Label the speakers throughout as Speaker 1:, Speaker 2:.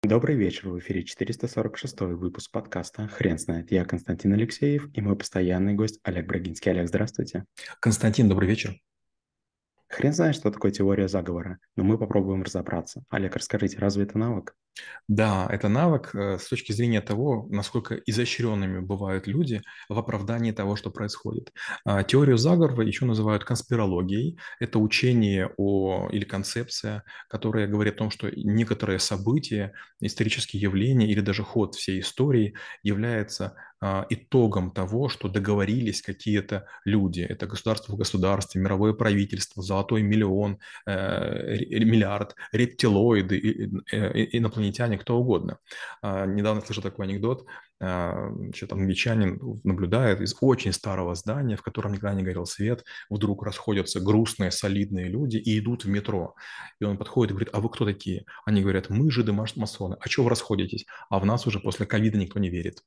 Speaker 1: Добрый вечер, в эфире 446 выпуск подкаста «Хрен знает». Я Константин Алексеев и мой постоянный гость Олег Брагинский. Олег, здравствуйте.
Speaker 2: Константин, добрый вечер.
Speaker 1: Хрен знает, что такое теория заговора, но мы попробуем разобраться. Олег, расскажите, разве это навык?
Speaker 2: Да, это навык с точки зрения того, насколько изощренными бывают люди в оправдании того, что происходит. Теорию заговора еще называют конспирологией. Это учение или концепция, которая говорит о том, что некоторые события, исторические явления или даже ход всей истории является итогом того, что договорились какие-то люди. Это государство в государстве, мировое правительство, золотой миллион, миллиард, рептилоиды, инопланетяне, кто угодно. Недавно слышал такой анекдот, что англичанин наблюдает из очень старого здания, в котором никогда не горел свет, вдруг расходятся грустные, солидные люди и идут в метро. И он подходит и говорит: а вы кто такие? Они говорят: мы жиды-масоны. А чего вы расходитесь? А в нас уже после ковида никто не верит.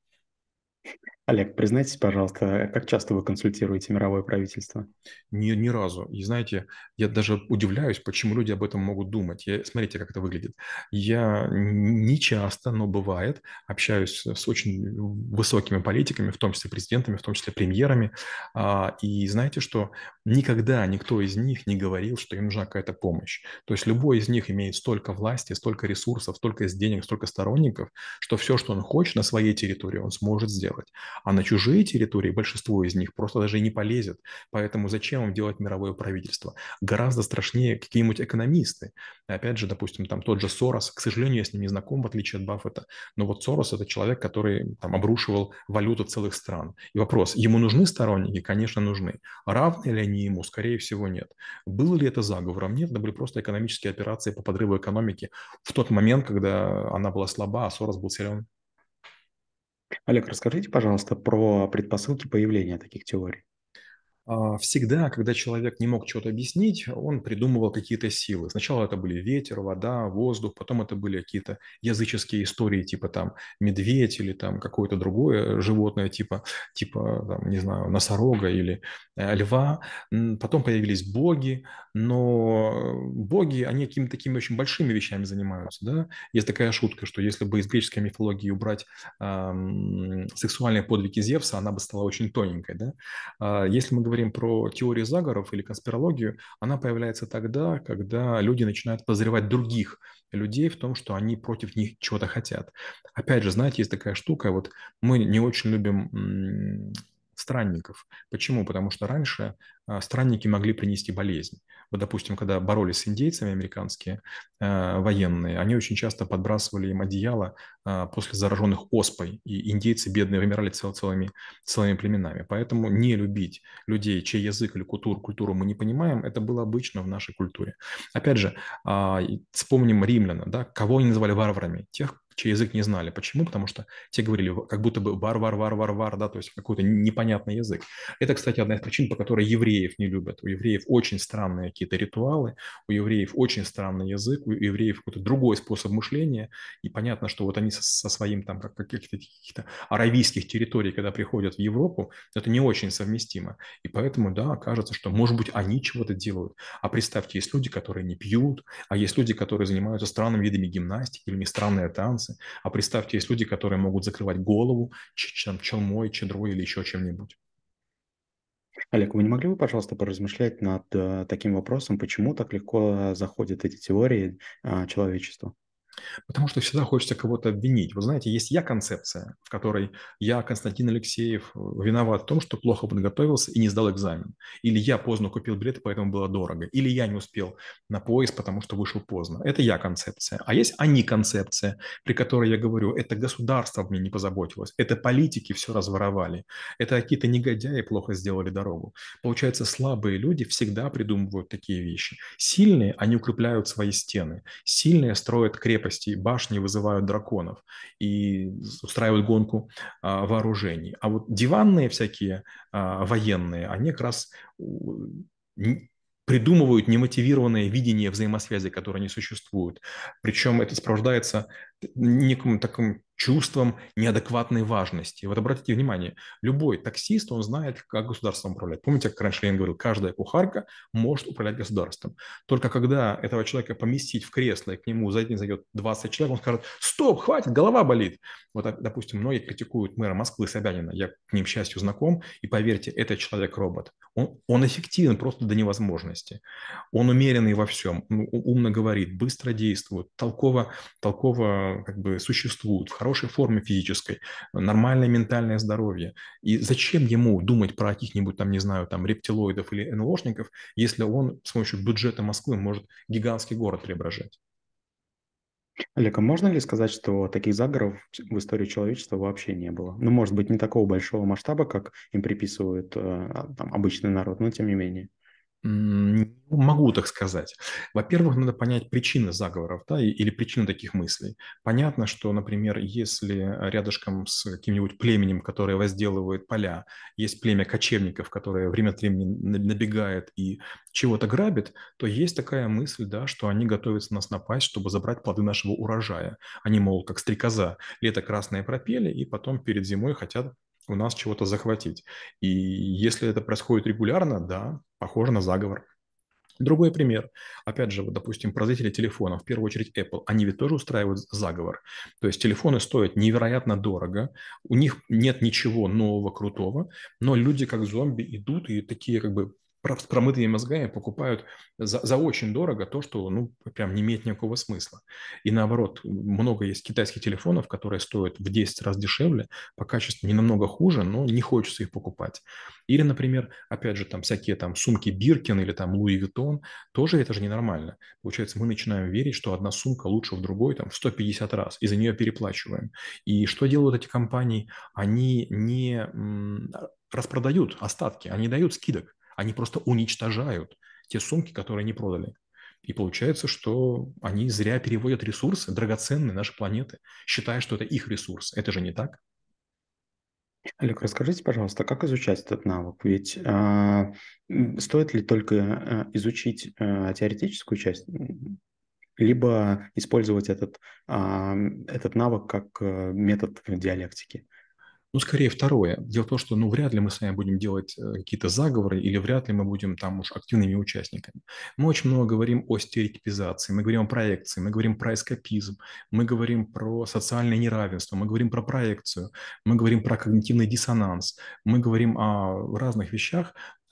Speaker 1: Олег, признайтесь, пожалуйста, как часто вы консультируете мировое правительство?
Speaker 2: Ни разу. И знаете, я даже удивляюсь, почему люди об этом могут думать. Смотрите, как это выглядит. Я не часто, но бывает, общаюсь с очень высокими политиками, в том числе президентами, в том числе премьерами. И знаете, что никогда никто из них не говорил, что им нужна какая-то помощь. То есть любой из них имеет столько власти, столько ресурсов, столько денег, столько сторонников, что все, что он хочет на своей территории, он сможет сделать. А на чужие территории большинство из них просто даже и не полезет. Поэтому зачем им делать мировое правительство? Гораздо страшнее какие-нибудь экономисты. Опять же, допустим, там тот же Сорос, к сожалению, я с ним не знаком, в отличие от Баффета, но вот Сорос – это человек, который там обрушивал валюту целых стран. И вопрос, ему нужны сторонники? Конечно, нужны. Равны ли они ему? Скорее всего, нет. Было ли это заговором? Нет, это были просто экономические операции по подрыву экономики в тот момент, когда она была слаба, а Сорос был силен.
Speaker 1: Олег, расскажите, пожалуйста, про предпосылки появления таких теорий.
Speaker 2: Всегда, когда человек не мог что-то объяснить, он придумывал какие-то силы. Сначала это были ветер, вода, воздух, потом это были какие-то языческие истории, типа там медведь или там какое-то другое животное, типа там, не знаю, носорога или льва. Потом появились боги, но боги, они какими-то такими очень большими вещами занимаются, да. Есть такая шутка, что если бы из греческой мифологии убрать сексуальные подвиги Зевса, она бы стала очень тоненькой, да. Если мы говорим про теорию заговоров или конспирологию, она появляется тогда, когда люди начинают подозревать других людей в том, что они против них чего-то хотят. Опять же, знаете, есть такая штука, вот мы не очень любим странников. Почему? Потому что раньше странники могли принести болезнь. Вот, допустим, когда боролись с индейцами американские военные, они очень часто подбрасывали им одеяло после зараженных оспой, и индейцы бедные вымирали целыми племенами. Поэтому не любить людей, чей язык или культуру мы не понимаем, это было обычно в нашей культуре. Опять же, вспомним римлян, да, кого они называли варварами? Тех, чей язык не знали. Почему? Потому что те говорили как будто бы вар, да, то есть какой-то непонятный язык. Это, кстати, одна из причин, по которой евреев не любят. У евреев очень странные какие-то ритуалы, у евреев очень странный язык, у евреев какой-то другой способ мышления, и понятно, что вот они со своим там каких-то аравийских территорий, когда приходят в Европу, это не очень совместимо. И поэтому, да, кажется, что, может быть, они чего-то делают. А представьте, есть люди, которые не пьют, а есть люди, которые занимаются странными видами гимнастики или странные танцы. А представьте, есть люди, которые могут закрывать голову челмой, чедрой или еще чем-нибудь.
Speaker 1: Олег, вы не могли бы, пожалуйста, поразмышлять над таким вопросом, почему так легко заходят эти теории человечеству?
Speaker 2: Потому что всегда хочется кого-то обвинить. Вы знаете, есть я-концепция, в которой я, Константин Алексеев, виноват в том, что плохо подготовился и не сдал экзамен. Или я поздно купил билет, поэтому было дорого. Или я не успел на поезд, потому что вышел поздно. Это я-концепция. А есть они-концепция, при которой я говорю, это государство мне не позаботилось, это политики все разворовали, это какие-то негодяи плохо сделали дорогу. Получается, слабые люди всегда придумывают такие вещи. Сильные, они укрепляют свои стены. Сильные строят крепости, башни, вызывают драконов и устраивают гонку вооружений. А вот диванные всякие военные, они как раз н- придумывают немотивированное видение взаимосвязи, которые не существуют. Причем это сопровождается неким таким чувством неадекватной важности. Вот обратите внимание, любой таксист, он знает, как государством управлять. Помните, как раньше Ленин говорил, каждая кухарка может управлять государством. Только когда этого человека поместить в кресло, и к нему за день зайдет 20 человек, он скажет: стоп, хватит, голова болит. Вот, допустим, многие критикуют мэра Москвы Собянина. Я к ним, к счастью, знаком. И поверьте, этот человек-робот. Он эффективен просто до невозможности. Он умеренный во всем, умно говорит, быстро действует, толково как бы существует, в хорошей форме физической, нормальное ментальное здоровье. И зачем ему думать про каких-нибудь там, не знаю, там рептилоидов или НЛОшников, если он с помощью бюджета Москвы может гигантский город преображать?
Speaker 1: Олег, а можно ли сказать, что таких заговоров в истории человечества вообще не было? Ну, может быть, не такого большого масштаба, как им приписывают там, обычный народ, но тем не менее.
Speaker 2: Не могу так сказать. Во-первых, надо понять причины заговоров, да, или причины таких мыслей. Понятно, что, например, если рядышком с каким-нибудь племенем, которое возделывает поля, есть племя кочевников, которое время от времени набегает и чего-то грабит, то есть такая мысль, да, что они готовятся нас напасть, чтобы забрать плоды нашего урожая. Они, мол, как стрекоза, лето красное пропели, и потом перед зимой хотят у нас чего-то захватить. И если это происходит регулярно, да, похоже на заговор. Другой пример. Опять же, вот, допустим, производители телефонов, в первую очередь Apple, они ведь тоже устраивают заговор. То есть телефоны стоят невероятно дорого, у них нет ничего нового, крутого, но люди как зомби идут и такие как бы с промытыми мозгами покупают за очень дорого то, что ну прям не имеет никакого смысла. И наоборот, много есть китайских телефонов, которые стоят в 10 раз дешевле, по качеству не намного хуже, но не хочется их покупать. Или, например, опять же, там всякие там сумки Биркин или там Луи Vuitton, тоже это же ненормально. Получается, мы начинаем верить, что одна сумка лучше в другой там в 150 раз, и за нее переплачиваем. И что делают эти компании? Они не распродают остатки, они дают скидок, они просто уничтожают те сумки, которые не продали. И получается, что они зря переводят ресурсы, драгоценные нашей планеты, считая, что это их ресурс. Это же не так.
Speaker 1: Олег, расскажите, пожалуйста, как изучать этот навык? Ведь стоит ли только изучить теоретическую часть, либо использовать этот навык как метод диалектики?
Speaker 2: Ну, скорее второе. Дело в том, что ну, вряд ли мы с вами будем делать какие-то заговоры или вряд ли мы будем там уж активными участниками. Мы очень много говорим о стереотипизации, мы говорим о проекции, мы говорим про эскапизм, мы говорим про социальное неравенство, мы говорим про проекцию, мы говорим про когнитивный диссонанс, мы говорим о разных вещах,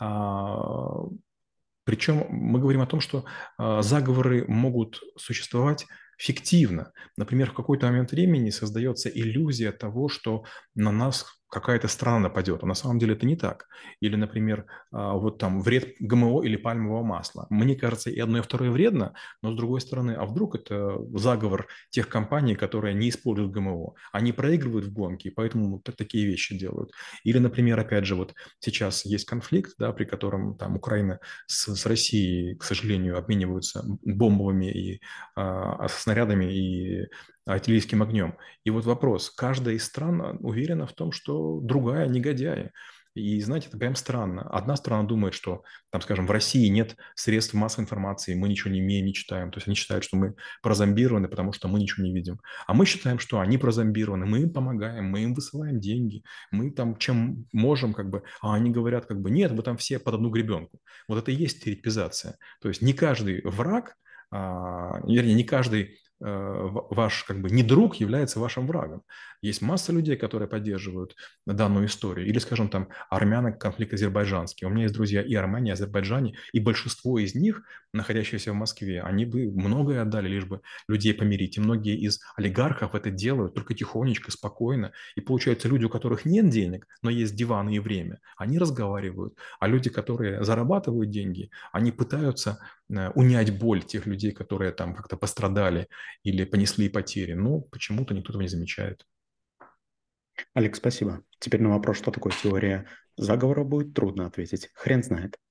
Speaker 2: причем мы говорим о том, что заговоры могут существовать фиктивно. Например, в какой-то момент времени создается иллюзия того, что на нас какая-то страна нападет, а на самом деле это не так. Или, например, вот там вред ГМО или пальмового масла. Мне кажется, и одно, и второе вредно, но с другой стороны, а вдруг это заговор тех компаний, которые не используют ГМО? Они проигрывают в гонке, и поэтому вот такие вещи делают. Или, например, опять же, вот сейчас есть конфликт, да, при котором там Украина с Россией, к сожалению, обмениваются бомбовыми и снарядами и артиллерийским огнем. И вот вопрос, каждая из стран уверена в том, что другая негодяя. И знаете, это прям странно. Одна страна думает, что, там, скажем, в России нет средств массовой информации, мы ничего не имеем, не читаем. То есть они считают, что мы прозомбированы, потому что мы ничего не видим. А мы считаем, что они прозомбированы, мы им помогаем, мы им высылаем деньги, мы там чем можем, как бы, а они говорят, как бы, нет, вы там все под одну гребенку. Вот это и есть стереотипизация. То есть не каждый враг, вернее, не каждый ваш как бы не друг является вашим врагом. Есть масса людей, которые поддерживают данную историю. Или, скажем, там, армяне, конфликт азербайджанский. У меня есть друзья и Армяне, и Азербайджане, и большинство из них, находящиеся в Москве, они бы многое отдали, лишь бы людей помирить. И многие из олигархов это делают только тихонечко, спокойно. И получается, люди, у которых нет денег, но есть диваны и время, они разговаривают. А люди, которые зарабатывают деньги, они пытаются унять боль тех людей, которые там как-то пострадали или понесли потери. Но почему-то никто этого не замечает.
Speaker 1: Олег, спасибо. Теперь на вопрос, что такое теория заговора, будет трудно ответить. Хрен знает.